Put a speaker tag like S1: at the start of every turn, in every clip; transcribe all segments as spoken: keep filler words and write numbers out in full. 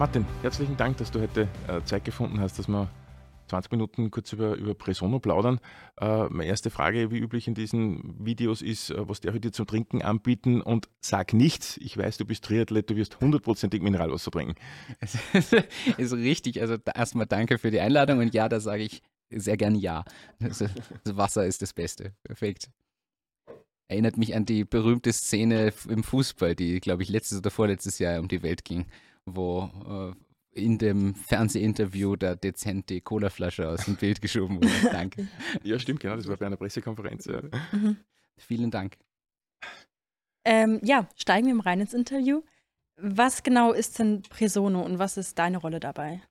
S1: Martin, herzlichen Dank, dass du heute äh, Zeit gefunden hast, dass wir zwanzig Minuten kurz über, über Presono plaudern. Äh, meine erste Frage, wie üblich in diesen Videos, ist, äh, was darf ich dir zum Trinken anbieten? Und sag nichts. Ich weiß, du bist Triathlet, du wirst hundertprozentig Mineralwasser bringen.
S2: Es ist richtig. Also da- erstmal danke für die Einladung und ja, da sage ich sehr gerne ja. Also, das Wasser ist das Beste. Perfekt. Erinnert mich an die berühmte Szene f- im Fußball, die, glaube ich, letztes oder vorletztes Jahr um die Welt ging, wo äh, in dem Fernsehinterview da dezent die Colaflasche aus dem Bild geschoben wurde. Danke.
S1: Ja, stimmt, genau, das war bei einer Pressekonferenz. Ja.
S3: Mhm.
S2: Vielen Dank.
S3: Ähm, ja, steigen wir mal rein ins Interview. Was genau ist denn Presono und was ist deine Rolle dabei?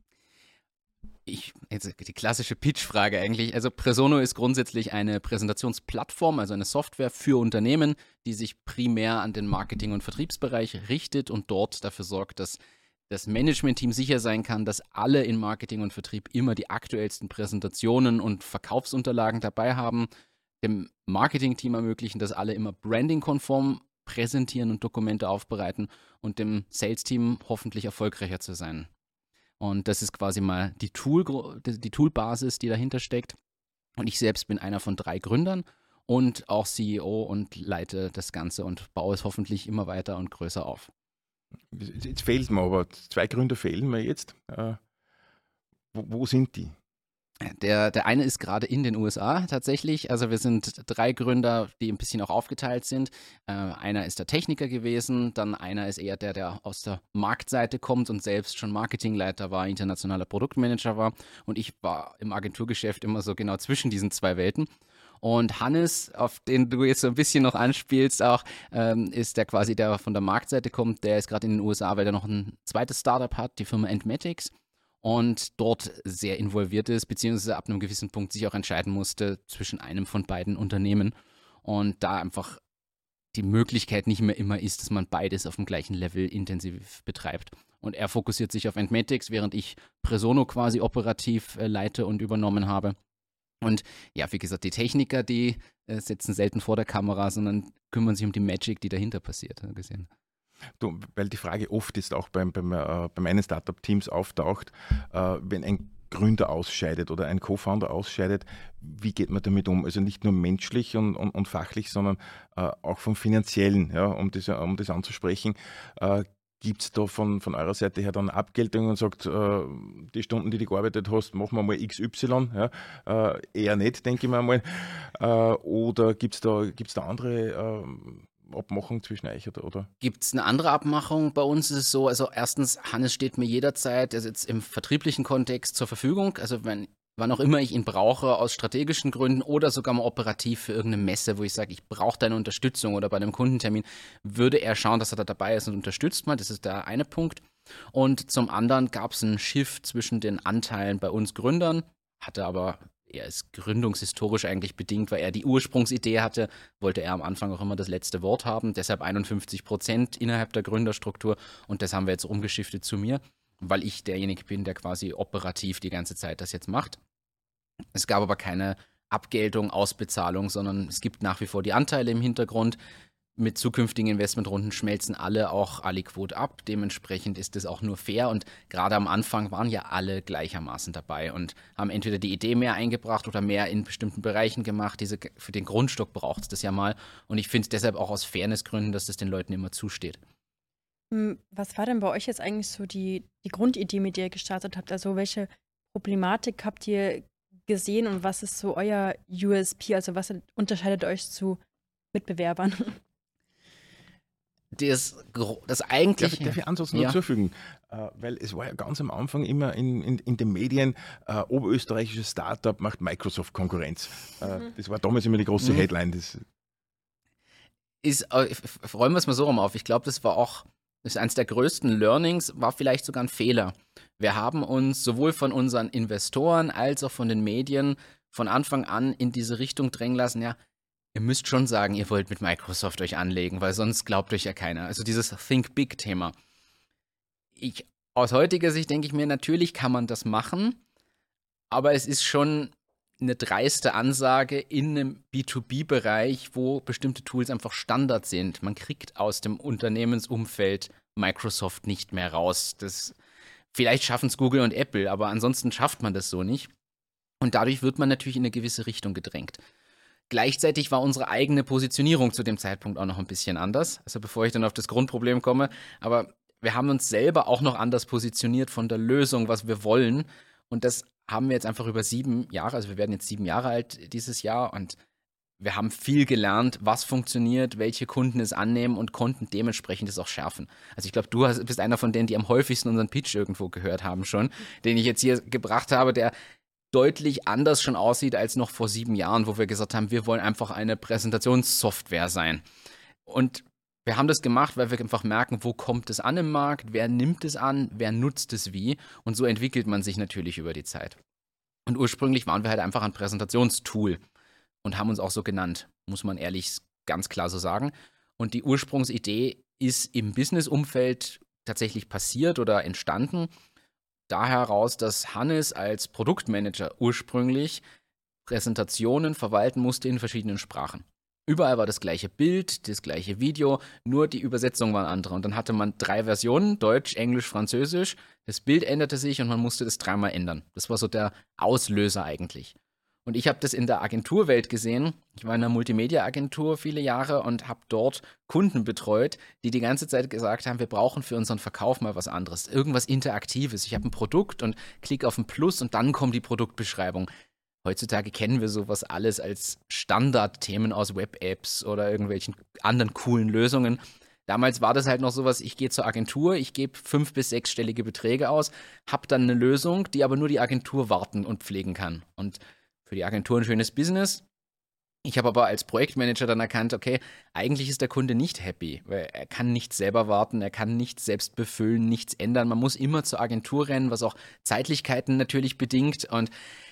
S2: Ich, jetzt die klassische Pitch-Frage eigentlich. Also Presono ist grundsätzlich eine Präsentationsplattform, also eine Software für Unternehmen, die sich primär an den Marketing- und Vertriebsbereich richtet und dort dafür sorgt, dass das Management-Team sicher sein kann, dass alle in Marketing und Vertrieb immer die aktuellsten Präsentationen und Verkaufsunterlagen dabei haben, dem Marketing-Team ermöglichen, dass alle immer branding-konform präsentieren und Dokumente aufbereiten und dem Sales-Team hoffentlich erfolgreicher zu sein. Und das ist quasi mal die, Tool, die Toolbasis, die dahinter steckt. Und ich selbst bin einer von drei Gründern und auch C E O und leite das Ganze und baue es hoffentlich immer weiter und größer auf.
S1: Jetzt jetzt fehlt mir aber, zwei Gründe fehlen mir jetzt. Äh, wo, wo sind die?
S2: Der, der eine ist gerade in den U S A tatsächlich. Also wir sind drei Gründer, die ein bisschen auch aufgeteilt sind. Äh, einer ist der Techniker gewesen, dann einer ist eher der, der aus der Marktseite kommt und selbst schon Marketingleiter war, internationaler Produktmanager war. Und ich war im Agenturgeschäft immer so genau zwischen diesen zwei Welten. Und Hannes, auf den du jetzt so ein bisschen noch anspielst, auch ähm, ist der quasi, der von der Marktseite kommt. Der ist gerade in den U S A, weil er noch ein zweites Startup hat, die Firma Entmatics. Und dort sehr involviert ist, beziehungsweise ab einem gewissen Punkt sich auch entscheiden musste zwischen einem von beiden Unternehmen. Und da einfach die Möglichkeit nicht mehr immer ist, dass man beides auf dem gleichen Level intensiv betreibt. Und er fokussiert sich auf Entmatics, während ich Presono quasi operativ äh, leite und übernommen habe. Und ja, wie gesagt, die Techniker, die äh, sitzen selten vor der Kamera, sondern kümmern sich um die Magic, die dahinter passiert, äh, gesehen.
S1: Du, weil die Frage oft jetzt auch beim, beim, äh, bei meinen Startup-Teams auftaucht, äh, wenn ein Gründer ausscheidet oder ein Co-Founder ausscheidet, wie geht man damit um? Also nicht nur menschlich und, und, und fachlich, sondern äh, auch vom Finanziellen, ja, um, das, um das anzusprechen. Äh, Gibt es da von, von eurer Seite her dann Abgeltung und sagt, äh, die Stunden, die du gearbeitet hast, machen wir mal X Y? Ja? Äh, eher nicht, denke ich mir mal. Äh, oder gibt es da, gibt's da andere äh, Abmachung zwischen euch oder? oder?
S2: Gibt es eine andere Abmachung? Bei uns ist es so, also erstens, Hannes steht mir jederzeit, also jetzt im vertrieblichen Kontext zur Verfügung. Also wenn, wann auch immer ich ihn brauche, aus strategischen Gründen oder sogar mal operativ für irgendeine Messe, wo ich sage, ich brauche deine Unterstützung oder bei einem Kundentermin, würde er schauen, dass er da dabei ist und unterstützt mal. Das ist der eine Punkt. Und zum anderen gab es einen Shift zwischen den Anteilen bei uns Gründern, hatte aber er ist gründungshistorisch eigentlich bedingt, weil er die Ursprungsidee hatte, wollte er am Anfang auch immer das letzte Wort haben, deshalb einundfünfzig Prozent innerhalb der Gründerstruktur und das haben wir jetzt umgeschiftet zu mir, weil ich derjenige bin, der quasi operativ die ganze Zeit das jetzt macht. Es gab aber keine Abgeltung, Ausbezahlung, sondern es gibt nach wie vor die Anteile im Hintergrund. Mit zukünftigen Investmentrunden schmelzen alle auch aliquot ab. Dementsprechend ist es auch nur fair und gerade am Anfang waren ja alle gleichermaßen dabei und haben entweder die Idee mehr eingebracht oder mehr in bestimmten Bereichen gemacht. Diese, für den Grundstock braucht es das ja mal und ich finde es deshalb auch aus Fairnessgründen, dass das den Leuten immer zusteht.
S3: Hm, Was war denn bei euch jetzt eigentlich so die, die Grundidee, mit der ihr gestartet habt? Also welche Problematik habt ihr gesehen und was ist so euer U S P? Also was unterscheidet euch zu Mitbewerbern?
S2: Das, das
S1: Darf,
S2: eigentlich.
S1: darf ich Ansatz noch
S2: Ja.
S1: zufügen? Äh, weil es war ja ganz am Anfang immer in, in, in den Medien, äh, oberösterreichisches Startup macht Microsoft Konkurrenz. Äh,
S3: Mhm.
S1: Das war damals immer die große
S2: Mhm.
S1: Headline. Das,
S2: Ist, äh, f- f- räumen wir es mal so rum auf. Ich glaube, das war auch, das ist eines der größten Learnings, war vielleicht sogar ein Fehler. Wir haben uns sowohl von unseren Investoren als auch von den Medien von Anfang an in diese Richtung drängen lassen, ja, ihr müsst schon sagen, ihr wollt mit Microsoft euch anlegen, weil sonst glaubt euch ja keiner. Also dieses Think Big-Thema. Ich, aus heutiger Sicht denke ich mir, natürlich kann man das machen, aber es ist schon eine dreiste Ansage in einem B zwei B-Bereich, wo bestimmte Tools einfach Standard sind. Man kriegt aus dem Unternehmensumfeld Microsoft nicht mehr raus. Das Vielleicht schaffen es Google und Apple, aber ansonsten schafft man das so nicht. Und dadurch wird man natürlich in eine gewisse Richtung gedrängt. Gleichzeitig war unsere eigene Positionierung zu dem Zeitpunkt auch noch ein bisschen anders. Also bevor ich dann auf das Grundproblem komme. Aber wir haben uns selber auch noch anders positioniert von der Lösung, was wir wollen. Und das haben wir jetzt einfach über sieben Jahre, also wir werden jetzt sieben Jahre alt dieses Jahr und wir haben viel gelernt, was funktioniert, welche Kunden es annehmen und konnten dementsprechend es auch schärfen. Also ich glaube, du hast, bist einer von denen, die am häufigsten unseren Pitch irgendwo gehört haben schon, den ich jetzt hier gebracht habe, der deutlich anders schon aussieht als noch vor sieben Jahren, wo wir gesagt haben, wir wollen einfach eine Präsentationssoftware sein. Und wir haben das gemacht, weil wir einfach merken, wo kommt es an im Markt, wer nimmt es an, wer nutzt es wie und so entwickelt man sich natürlich über die Zeit. Und ursprünglich waren wir halt einfach ein Präsentationstool und haben uns auch so genannt, muss man ehrlich ganz klar so sagen. Und die Ursprungsidee ist im Business-Umfeld tatsächlich passiert oder entstanden. Daher heraus, dass Hannes als Produktmanager ursprünglich Präsentationen verwalten musste in verschiedenen Sprachen. Überall war das gleiche Bild, das gleiche Video, nur die Übersetzung war andere. Und dann hatte man drei Versionen, Deutsch, Englisch, Französisch. Das Bild änderte sich und man musste das dreimal ändern. Das war so der Auslöser eigentlich. Und ich habe das in der Agenturwelt gesehen. Ich war in einer Multimedia-Agentur viele Jahre und habe dort Kunden betreut, die die ganze Zeit gesagt haben, wir brauchen für unseren Verkauf mal was anderes, irgendwas Interaktives. Ich habe ein Produkt und klicke auf ein Plus und dann kommt die Produktbeschreibung. Heutzutage kennen wir sowas alles als Standardthemen aus Web-Apps oder irgendwelchen anderen coolen Lösungen. Damals war das halt noch sowas, ich gehe zur Agentur, ich gebe fünf- bis sechsstellige Beträge aus, habe dann eine Lösung, die aber nur die Agentur warten und pflegen kann. Und für die Agentur ein schönes Business. Ich habe aber als Projektmanager dann erkannt, okay, eigentlich ist der Kunde nicht happy, weil er kann nichts selber warten, er kann nichts selbst befüllen, nichts ändern. Man muss immer zur Agentur rennen, was auch Zeitlichkeiten natürlich bedingt und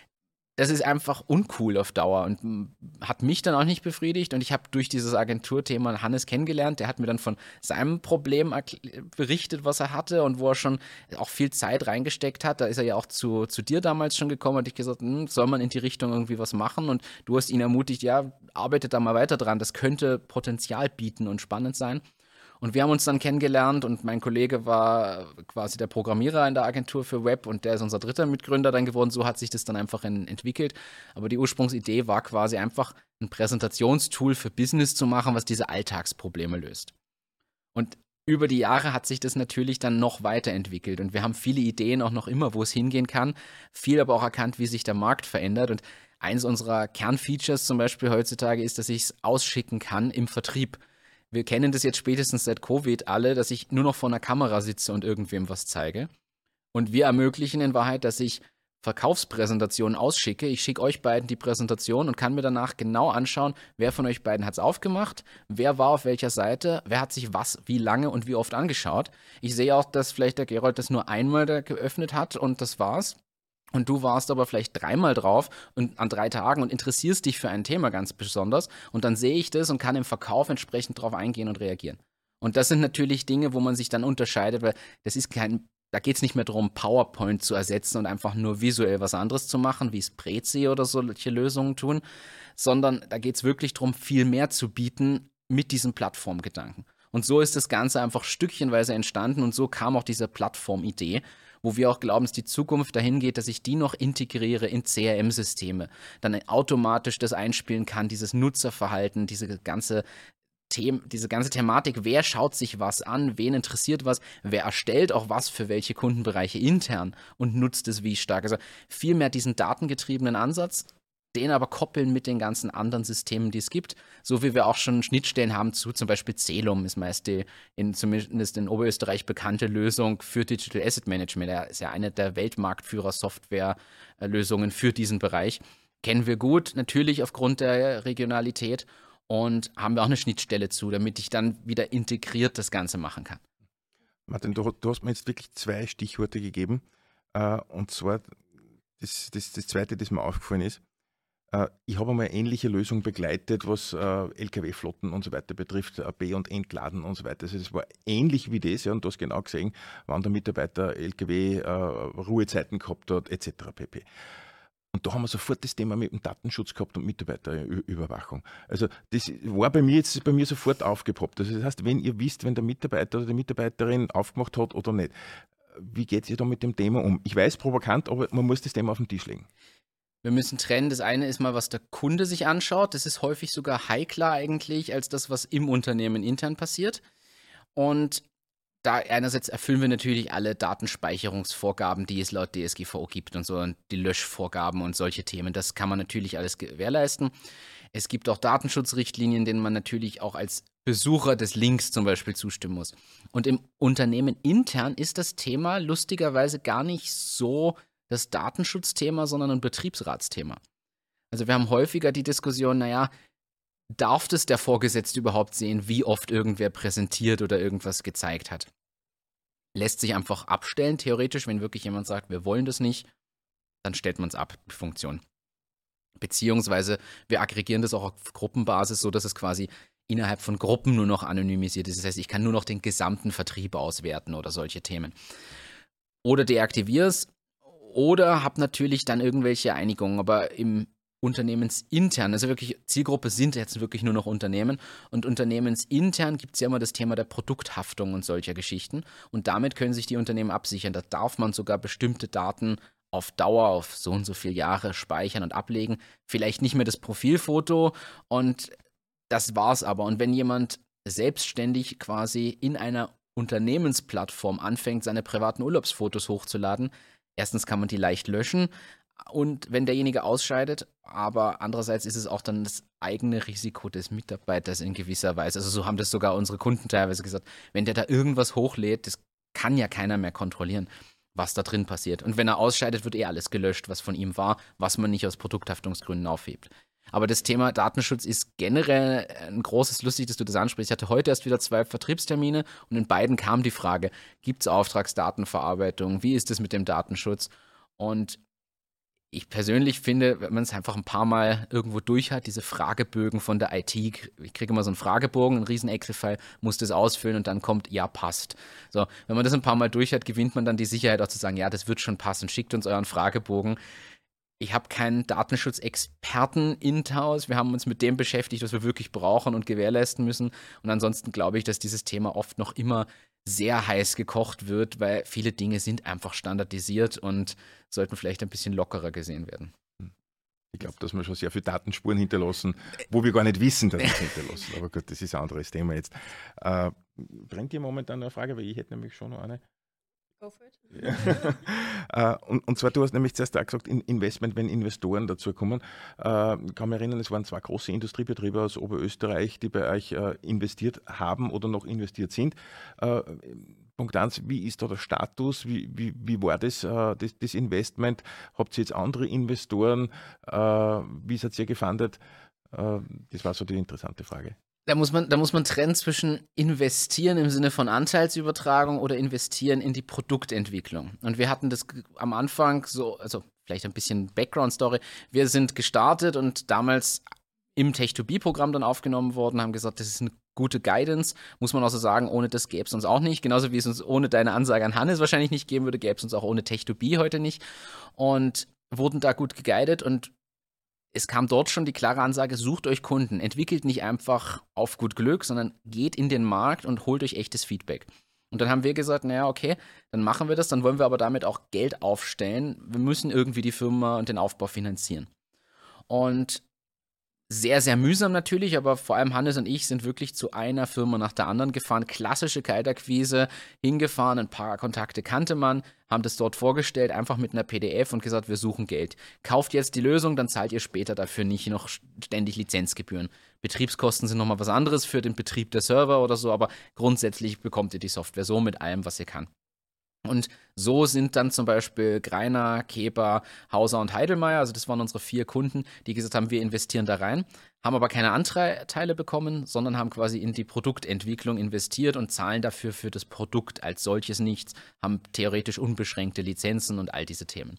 S2: das ist einfach uncool auf Dauer und hat mich dann auch nicht befriedigt und ich habe durch dieses Agenturthema Hannes kennengelernt, der hat mir dann von seinem Problem berichtet, was er hatte und wo er schon auch viel Zeit reingesteckt hat, da ist er ja auch zu, zu dir damals schon gekommen und ich gesagt, hm, soll man in die Richtung irgendwie was machen und du hast ihn ermutigt, ja, arbeitet da mal weiter dran, das könnte Potenzial bieten und spannend sein. Und wir haben uns dann kennengelernt und mein Kollege war quasi der Programmierer in der Agentur für Web und der ist unser dritter Mitgründer dann geworden. So hat sich das dann einfach in, entwickelt. Aber die Ursprungsidee war quasi einfach ein Präsentationstool für Business zu machen, was diese Alltagsprobleme löst. Und über die Jahre hat sich das natürlich dann noch weiterentwickelt und wir haben viele Ideen auch noch immer, wo es hingehen kann. Viel aber auch erkannt, wie sich der Markt verändert und eins unserer Kernfeatures zum Beispiel heutzutage ist, dass ich es ausschicken kann im Vertrieb. Wir kennen das jetzt spätestens seit Covid alle, dass ich nur noch vor einer Kamera sitze und irgendwem was zeige. Und wir ermöglichen in Wahrheit, dass ich Verkaufspräsentationen ausschicke. Ich schicke euch beiden die Präsentation und kann mir danach genau anschauen, wer von euch beiden hat es aufgemacht, wer war auf welcher Seite, wer hat sich was, wie lange und wie oft angeschaut. Ich sehe auch, dass vielleicht der Gerold das nur einmal da geöffnet hat und das war's. Und du warst aber vielleicht dreimal drauf und an drei Tagen und interessierst dich für ein Thema ganz besonders und dann sehe ich das und kann im Verkauf entsprechend drauf eingehen und reagieren. Und das sind natürlich Dinge, wo man sich dann unterscheidet, weil das ist kein, da geht es nicht mehr darum, PowerPoint zu ersetzen und einfach nur visuell was anderes zu machen, wie es Prezi oder solche Lösungen tun, sondern da geht es wirklich darum, viel mehr zu bieten mit diesem Plattformgedanken. Und so ist das Ganze einfach stückchenweise entstanden und so kam auch diese Plattformidee, wo wir auch glauben, dass die Zukunft dahin geht, dass ich die noch integriere in C R M-Systeme, dann automatisch das einspielen kann, dieses Nutzerverhalten, diese ganze, The- diese ganze Thematik, wer schaut sich was an, wen interessiert was, wer erstellt auch was für welche Kundenbereiche intern und nutzt es wie stark. Also viel mehr diesen datengetriebenen Ansatz, den aber koppeln mit den ganzen anderen Systemen, die es gibt, so wie wir auch schon Schnittstellen haben zu zum Beispiel Celum, ist meist die in, zumindest in Oberösterreich bekannte Lösung für Digital Asset Management. Er ist ja eine der Weltmarktführer-Software-Lösungen für diesen Bereich. Kennen wir gut, natürlich aufgrund der Regionalität und haben wir auch eine Schnittstelle zu, damit ich dann wieder integriert das Ganze machen kann.
S1: Martin, du, du hast mir jetzt wirklich zwei Stichworte gegeben äh, und zwar das, das, das zweite, das mir aufgefallen ist. Ich habe einmal eine ähnliche Lösung begleitet, was äh, L K W-Flotten und so weiter betrifft, äh, B- und Entladen und so weiter. Also das war ähnlich wie das, ja, und du hast genau gesehen, wann der Mitarbeiter L K W-Ruhezeiten äh, gehabt hat, et cetera pp. Und da haben wir sofort das Thema mit dem Datenschutz gehabt und Mitarbeiterüberwachung. Also das war bei mir jetzt bei mir sofort aufgepoppt. Also das heißt, wenn ihr wisst, wenn der Mitarbeiter oder die Mitarbeiterin aufgemacht hat oder nicht, Wie geht ihr da mit dem Thema um? Ich weiß, provokant, aber man muss das Thema auf den Tisch legen.
S2: Wir müssen trennen. Das eine ist mal, was der Kunde sich anschaut. Das ist häufig sogar heikler eigentlich als das, was im Unternehmen intern passiert. Und da einerseits erfüllen wir natürlich alle Datenspeicherungsvorgaben, die es laut D S G V O gibt und so, und die Löschvorgaben und solche Themen. Das kann man natürlich alles gewährleisten. Es gibt auch Datenschutzrichtlinien, denen man natürlich auch als Besucher des Links zum Beispiel zustimmen muss. Und im Unternehmen intern ist das Thema lustigerweise gar nicht so das Datenschutzthema, sondern ein Betriebsratsthema. Also wir haben häufiger die Diskussion, naja, darf das der Vorgesetzte überhaupt sehen, wie oft irgendwer präsentiert oder irgendwas gezeigt hat? Lässt sich einfach abstellen, theoretisch, wenn wirklich jemand sagt, wir wollen das nicht, dann stellt man es ab, die Funktion. Beziehungsweise wir aggregieren das auch auf Gruppenbasis, so dass es quasi innerhalb von Gruppen nur noch anonymisiert ist. Das heißt, ich kann nur noch den gesamten Vertrieb auswerten oder solche Themen. Oder deaktiviere es oder habe natürlich dann irgendwelche Einigungen, aber im unternehmensintern, also wirklich Zielgruppe sind jetzt wirklich nur noch Unternehmen und unternehmensintern gibt es ja immer das Thema der Produkthaftung und solcher Geschichten und damit können sich die Unternehmen absichern. Da darf man sogar bestimmte Daten auf Dauer, auf so und so viele Jahre speichern und ablegen. Vielleicht nicht mehr das Profilfoto und das war's aber. Und wenn jemand selbstständig quasi in einer Unternehmensplattform anfängt, seine privaten Urlaubsfotos hochzuladen, erstens kann man die leicht löschen und wenn derjenige ausscheidet, aber andererseits ist es auch dann das eigene Risiko des Mitarbeiters in gewisser Weise. Also so haben das sogar unsere Kunden teilweise gesagt, wenn der da irgendwas hochlädt, das kann ja keiner mehr kontrollieren, was da drin passiert. Und wenn er ausscheidet, wird eh alles gelöscht, was von ihm war, was man nicht aus Produkthaftungsgründen aufhebt. Aber das Thema Datenschutz ist generell ein großes, lustig, dass du das ansprichst. Ich hatte heute erst wieder zwei Vertriebstermine und in beiden kam die Frage, gibt es Auftragsdatenverarbeitung, wie ist es mit dem Datenschutz? Und ich persönlich finde, wenn man es einfach ein paar Mal irgendwo durch hat, diese Fragebögen von der I T, ich kriege immer so einen Fragebogen, einen riesen Excel-File, muss das ausfüllen und dann kommt, ja, passt. So, wenn man das ein paar Mal durch hat, gewinnt man dann die Sicherheit auch zu sagen, ja, das wird schon passen, schickt uns euren Fragebogen. Ich habe keinen Datenschutzexperten in-house, wir haben uns mit dem beschäftigt, was wir wirklich brauchen und gewährleisten müssen und ansonsten glaube ich, dass dieses Thema oft noch immer sehr heiß gekocht wird, weil viele Dinge sind einfach standardisiert und sollten vielleicht ein bisschen lockerer gesehen werden.
S1: Ich glaube, dass wir schon sehr viele Datenspuren hinterlassen, wo wir gar nicht wissen, dass wir es hinterlassen. Aber gut, das ist ein anderes Thema jetzt. Äh, bringt ihr momentan eine Frage, weil ich hätte nämlich schon noch eine. Go for it. Ja. und, und zwar, du hast nämlich zuerst auch gesagt, Investment, wenn Investoren dazu kommen. Äh, ich kann mich erinnern, es waren zwei große Industriebetriebe aus Oberösterreich, die bei euch äh, investiert haben oder noch investiert sind. Äh, Punkt eins, wie ist da der Status? Wie, wie, wie war das, äh, das, das Investment? Habt ihr jetzt andere Investoren? Äh, wie seid ihr gefundet? Äh, das war so die interessante Frage.
S2: Da muss man, da muss man trennen zwischen investieren im Sinne von Anteilsübertragung oder investieren in die Produktentwicklung. Und wir hatten das am Anfang so, also vielleicht ein bisschen Background-Story. Wir sind gestartet und damals im Tech to B Programm dann aufgenommen worden, haben gesagt, das ist eine gute Guidance, muss man auch so sagen, ohne das gäbe es uns auch nicht. Genauso wie es uns ohne deine Ansage an Hannes wahrscheinlich nicht geben würde, gäbe es uns auch ohne Tech to B heute nicht. Und wurden da gut geguidet und es kam dort schon die klare Ansage, sucht euch Kunden, entwickelt nicht einfach auf gut Glück, sondern geht in den Markt und holt euch echtes Feedback. Und dann haben wir gesagt, naja, okay, dann machen wir das, dann wollen wir aber damit auch Geld aufstellen. Wir müssen irgendwie die Firma und den Aufbau finanzieren. Und sehr, sehr mühsam natürlich, aber vor allem Hannes und ich sind wirklich zu einer Firma nach der anderen gefahren. Klassische Kaltakquise, hingefahren, ein paar Kontakte kannte man, haben das dort vorgestellt, einfach mit einer P D F und gesagt, wir suchen Geld. Kauft jetzt die Lösung, dann zahlt ihr später dafür nicht noch ständig Lizenzgebühren. Betriebskosten sind nochmal was anderes für den Betrieb der Server oder so, aber grundsätzlich bekommt ihr die Software so mit allem, was ihr kann. Und so sind dann zum Beispiel Greiner, Keber, Hauser und Heidelmeier, also das waren unsere vier Kunden, die gesagt haben, wir investieren da rein, haben aber keine Anteile bekommen, sondern haben quasi in die Produktentwicklung investiert und zahlen dafür für das Produkt als solches nichts, haben theoretisch unbeschränkte Lizenzen und all diese Themen.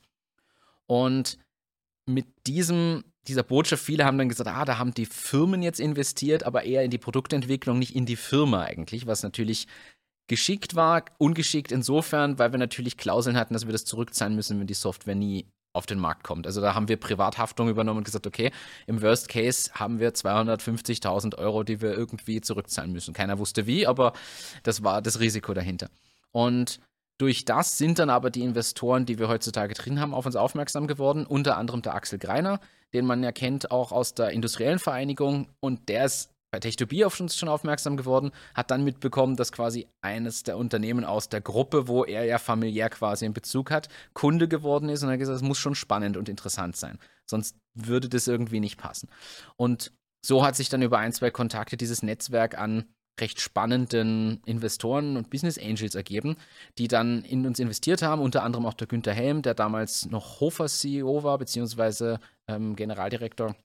S2: Und mit diesem, dieser Botschaft, viele haben dann gesagt, ah, da haben die Firmen jetzt investiert, aber eher in die Produktentwicklung, nicht in die Firma eigentlich, was natürlich geschickt war, ungeschickt insofern, weil wir natürlich Klauseln hatten, dass wir das zurückzahlen müssen, wenn die Software nie auf den Markt kommt. Also da haben wir Privathaftung übernommen und gesagt, okay, im Worst Case haben wir zweihundertfünfzigtausend Euro, die wir irgendwie zurückzahlen müssen. Keiner wusste wie, aber das war das Risiko dahinter. Und durch das sind dann aber die Investoren, die wir heutzutage drin haben, auf uns aufmerksam geworden. Unter anderem der Axel Greiner, den man ja kennt auch aus der Industriellen Vereinigung. Und der ist bei Tech zwei B auf uns schon aufmerksam geworden, hat dann mitbekommen, dass quasi eines der Unternehmen aus der Gruppe, wo er ja familiär quasi einen Bezug hat, Kunde geworden ist. Und er hat gesagt, es muss schon spannend und interessant sein. Sonst würde das irgendwie nicht passen. Und so hat sich dann über ein, zwei Kontakte dieses Netzwerk an recht spannenden Investoren und Business Angels ergeben, die dann in uns investiert haben, unter anderem auch der Günther Helm, der damals noch Hofer C E O war, beziehungsweise ähm, Generaldirektor.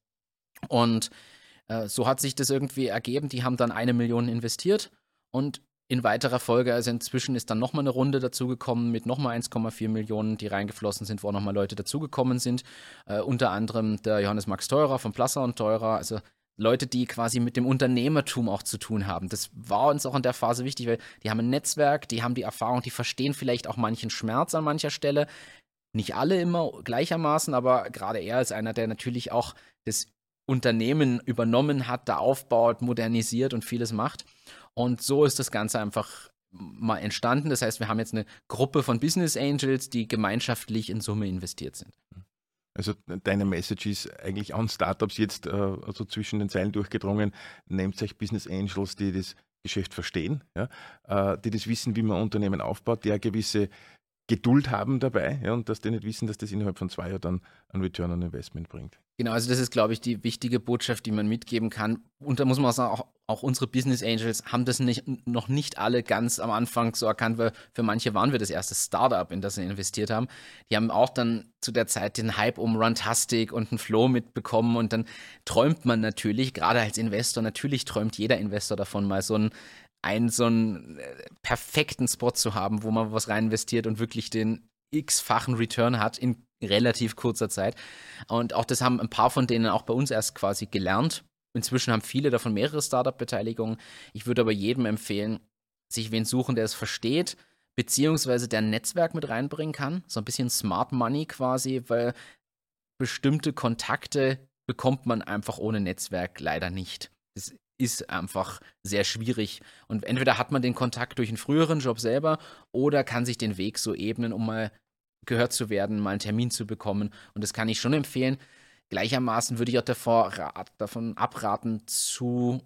S2: Und äh, so hat sich das irgendwie ergeben, die haben dann eine Million investiert und in weiterer Folge, also inzwischen ist dann nochmal eine Runde dazugekommen mit nochmal eins Komma vier Millionen, die reingeflossen sind, wo auch nochmal Leute dazugekommen sind, äh, unter anderem der Johannes Max Teurer von Plasser und Teurer, also Leute, die quasi mit dem Unternehmertum auch zu tun haben. Das war uns auch in der Phase wichtig, weil die haben ein Netzwerk, die haben die Erfahrung, die verstehen vielleicht auch manchen Schmerz an mancher Stelle. Nicht alle immer gleichermaßen, aber gerade er ist einer, der natürlich auch das Unternehmen übernommen hat, da aufbaut, modernisiert und vieles macht. Und so ist das Ganze einfach mal entstanden. Das heißt, wir haben jetzt eine Gruppe von Business Angels, die gemeinschaftlich in Summe investiert sind.
S1: Also deine Message ist eigentlich an Startups jetzt äh, also zwischen den Zeilen durchgedrungen, nehmt euch Business Angels, die das Geschäft verstehen, ja, äh, die das wissen, wie man Unternehmen aufbaut, die eine gewisse Geduld haben dabei, ja, und dass die nicht wissen, dass das innerhalb von zwei Jahren dann ein Return on Investment bringt.
S2: Genau, also das ist, glaube ich, die wichtige Botschaft, die man mitgeben kann. Und da muss man auch sagen, auch, auch unsere Business Angels haben das nicht, noch nicht alle ganz am Anfang so erkannt, weil für manche waren wir das erste Startup, in das sie investiert haben. Die haben auch dann zu der Zeit den Hype um Runtastic und einen Flow mitbekommen und dann träumt man natürlich, gerade als Investor, natürlich träumt jeder Investor davon, mal so einen, einen so einen perfekten Spot zu haben, wo man was rein investiert und wirklich den x-fachen Return hat in relativ kurzer Zeit. Und auch das haben ein paar von denen auch bei uns erst quasi gelernt. Inzwischen haben viele davon mehrere Startup-Beteiligungen. Ich würde aber jedem empfehlen, sich wen suchen, der es versteht, beziehungsweise der ein Netzwerk mit reinbringen kann. So ein bisschen Smart Money quasi, weil bestimmte Kontakte bekommt man einfach ohne Netzwerk leider nicht. Das ist einfach sehr schwierig. Und entweder hat man den Kontakt durch einen früheren Job selber oder kann sich den Weg so ebnen, um mal gehört zu werden, mal einen Termin zu bekommen. Und das kann ich schon empfehlen. Gleichermaßen würde ich auch davor, davon abraten, zu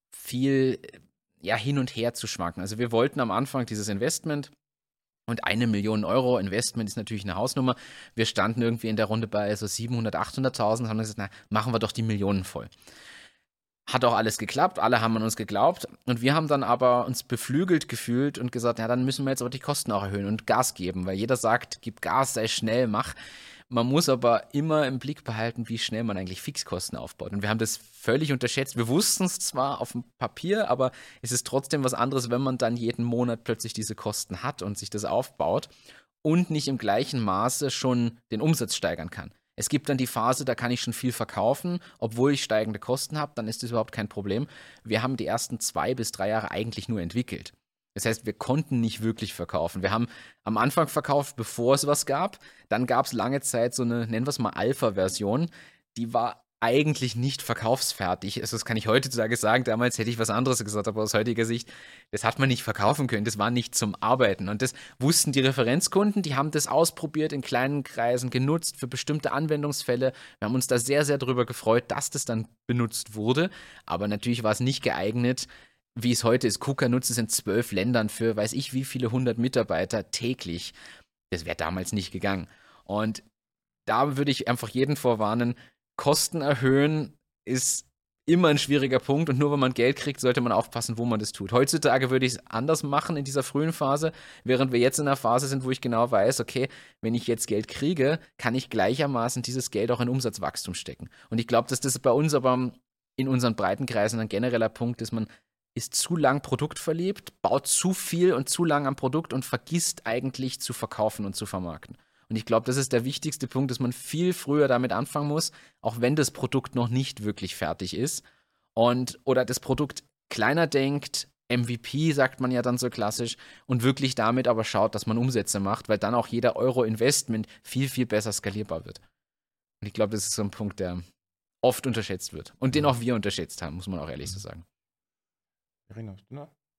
S2: viel ja, hin und her zu schwanken. Also wir wollten am Anfang dieses Investment und eine Million Euro Investment ist natürlich eine Hausnummer. Wir standen irgendwie in der Runde bei so siebenhundert, achthunderttausend, haben gesagt, na, machen wir doch die Millionen voll. Hat auch alles geklappt, alle haben an uns geglaubt und wir haben dann aber uns beflügelt gefühlt und gesagt, ja, dann müssen wir jetzt aber die Kosten auch erhöhen und Gas geben, weil jeder sagt, gib Gas, sei schnell, mach. Man muss aber immer im Blick behalten, wie schnell man eigentlich Fixkosten aufbaut. Und wir haben das völlig unterschätzt. Wir wussten es zwar auf dem Papier, aber es ist trotzdem was anderes, wenn man dann jeden Monat plötzlich diese Kosten hat und sich das aufbaut und nicht im gleichen Maße schon den Umsatz steigern kann. Es gibt dann die Phase, da kann ich schon viel verkaufen, obwohl ich steigende Kosten habe, dann ist das überhaupt kein Problem. Wir haben die ersten zwei bis drei Jahre eigentlich nur entwickelt. Das heißt, wir konnten nicht wirklich verkaufen. Wir haben am Anfang verkauft, bevor es was gab. Dann gab es lange Zeit so eine, nennen wir es mal Alpha-Version, die war eigentlich nicht verkaufsfertig. Also das kann ich heutzutage sagen. Damals hätte ich was anderes gesagt, aber aus heutiger Sicht, das hat man nicht verkaufen können. Das war nicht zum Arbeiten. Und das wussten die Referenzkunden. Die haben das ausprobiert, in kleinen Kreisen genutzt für bestimmte Anwendungsfälle. Wir haben uns da sehr, sehr drüber gefreut, dass das dann benutzt wurde. Aber natürlich war es nicht geeignet, wie es heute ist. KUKA nutzt es in zwölf Ländern für weiß ich wie viele hundert Mitarbeiter täglich. Das wäre damals nicht gegangen. Und da würde ich einfach jeden vorwarnen, Kosten erhöhen ist immer ein schwieriger Punkt und nur wenn man Geld kriegt, sollte man aufpassen, wo man das tut. Heutzutage würde ich es anders machen in dieser frühen Phase, während wir jetzt in einer Phase sind, wo ich genau weiß, okay, wenn ich jetzt Geld kriege, kann ich gleichermaßen dieses Geld auch in Umsatzwachstum stecken. Und ich glaube, dass das bei uns aber in unseren Breitenkreisen ein genereller Punkt ist, man ist zu lang produktverliebt, baut zu viel und zu lang am Produkt und vergisst eigentlich zu verkaufen und zu vermarkten. Und ich glaube, das ist der wichtigste Punkt, dass man viel früher damit anfangen muss, auch wenn das Produkt noch nicht wirklich fertig ist. Und oder das Produkt kleiner denkt, M V P sagt man ja dann so klassisch, und wirklich damit aber schaut, dass man Umsätze macht, weil dann auch jeder Euro Investment viel, viel besser skalierbar wird. Und ich glaube, das ist so ein Punkt, der oft unterschätzt wird. Und den auch wir unterschätzt haben, muss man auch ehrlich so sagen.
S1: Erinnerst du noch?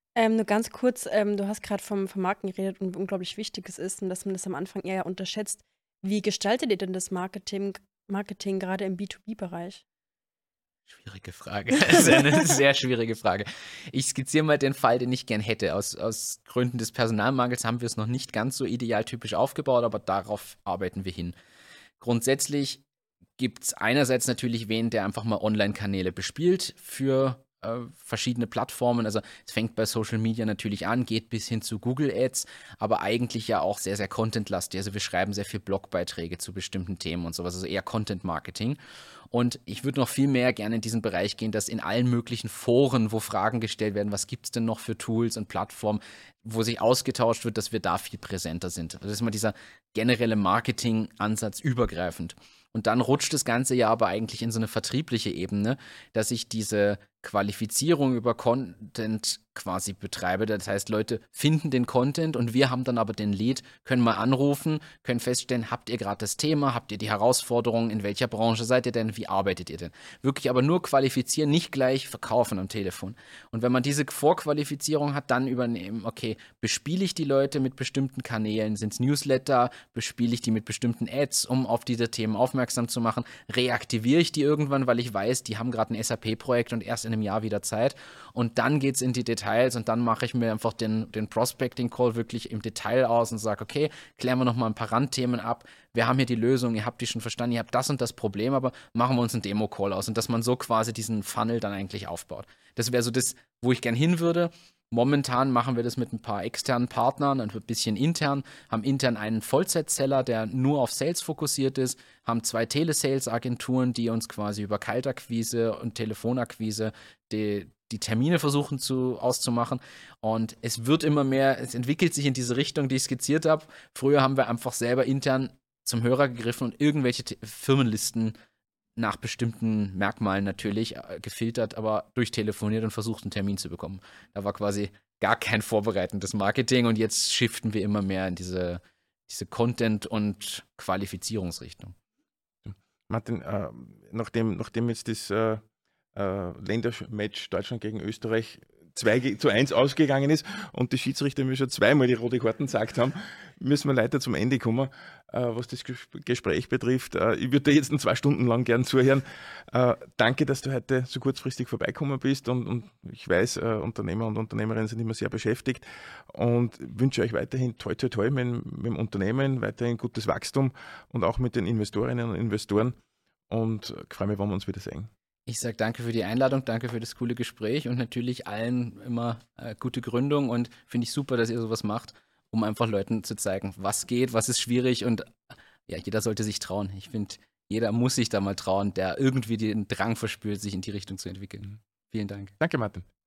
S3: Ähm, nur ganz kurz, ähm, du hast gerade vom, vom Marken geredet und wie unglaublich wichtig es ist und dass man das am Anfang eher unterschätzt. Wie gestaltet ihr denn das Marketing, Marketing gerade im B zwei B-Bereich?
S2: Schwierige Frage. Das ist eine sehr schwierige Frage. Ich skizziere mal den Fall, den ich gern hätte. Aus, aus Gründen des Personalmangels haben wir es noch nicht ganz so idealtypisch aufgebaut, aber darauf arbeiten wir hin. Grundsätzlich gibt es einerseits natürlich wen, der einfach mal Online-Kanäle bespielt für äh, verschiedene Plattformen. Also es fängt bei Social Media natürlich an, geht bis hin zu Google Ads, aber eigentlich ja auch sehr, sehr contentlastig. Also wir schreiben sehr viel Blogbeiträge zu bestimmten Themen und sowas, also eher Content-Marketing. Und ich würde noch viel mehr gerne in diesen Bereich gehen, dass in allen möglichen Foren, wo Fragen gestellt werden, was gibt es denn noch für Tools und Plattformen, wo sich ausgetauscht wird, dass wir da viel präsenter sind. Also das ist mal dieser generelle Marketing-Ansatz übergreifend. Und dann rutscht das Ganze ja aber eigentlich in so eine vertriebliche Ebene, dass ich diese Qualifizierung über Content quasi betreibe. Das heißt, Leute finden den Content und wir haben dann aber den Lead, können mal anrufen, können feststellen, habt ihr gerade das Thema, habt ihr die Herausforderungen, in welcher Branche seid ihr denn, wie arbeitet ihr denn? Wirklich aber nur qualifizieren, nicht gleich verkaufen am Telefon. Und wenn man diese Vorqualifizierung hat, dann übernehmen, okay, bespiele ich die Leute mit bestimmten Kanälen, sind es Newsletter, bespiele ich die mit bestimmten Ads, um auf diese Themen aufmerksam zu machen, reaktiviere ich die irgendwann, weil ich weiß, die haben gerade ein S A P-Projekt und erst in einem Jahr wieder Zeit und dann geht es in die Details und dann mache ich mir einfach den, den Prospecting-Call wirklich im Detail aus und sage, okay, klären wir nochmal ein paar Randthemen ab, wir haben hier die Lösung, ihr habt die schon verstanden, ihr habt das und das Problem, aber machen wir uns einen Demo-Call aus und dass man so quasi diesen Funnel dann eigentlich aufbaut. Das wäre so das, wo ich gern hin würde. Momentan machen wir das mit ein paar externen Partnern, ein bisschen intern, haben intern einen Vollzeit-Seller, der nur auf Sales fokussiert ist, haben zwei Telesales-Agenturen, die uns quasi über Kaltakquise und Telefonakquise die, die Termine versuchen zu, auszumachen. Und es wird immer mehr, es entwickelt sich in diese Richtung, die ich skizziert habe. Früher haben wir einfach selber intern zum Hörer gegriffen und irgendwelche T- Firmenlisten nach bestimmten Merkmalen natürlich äh, gefiltert, aber durchtelefoniert und versucht, einen Termin zu bekommen. Da war quasi gar kein vorbereitendes Marketing und jetzt shiften wir immer mehr in diese, diese Content- und Qualifizierungsrichtung.
S1: Martin, äh, nachdem, nachdem jetzt das äh, äh, Ländermatch Deutschland gegen Österreich zwei zu eins ausgegangen ist und die Schiedsrichter mir schon zweimal die rote Karten gesagt haben, müssen wir leider zum Ende kommen, äh, was das Ges- Gespräch betrifft. Äh, ich würde dir jetzt noch zwei Stunden lang gern zuhören. Äh, danke, dass du heute so kurzfristig vorbeikommen bist und, und ich weiß, äh, Unternehmer und Unternehmerinnen sind immer sehr beschäftigt und wünsche euch weiterhin toi toi toi mit, mit dem Unternehmen, weiterhin gutes Wachstum und auch mit den Investorinnen und Investoren und äh, freue mich, wenn wir uns wieder sehen.
S2: Ich sage danke für die Einladung, danke für das coole Gespräch und natürlich allen immer äh, gute Gründung und finde ich super, dass ihr sowas macht, um einfach Leuten zu zeigen, was geht, was ist schwierig und ja, jeder sollte sich trauen. Ich finde, jeder muss sich da mal trauen, der irgendwie den Drang verspürt, sich in die Richtung zu entwickeln. Vielen Dank.
S1: Danke, Martin.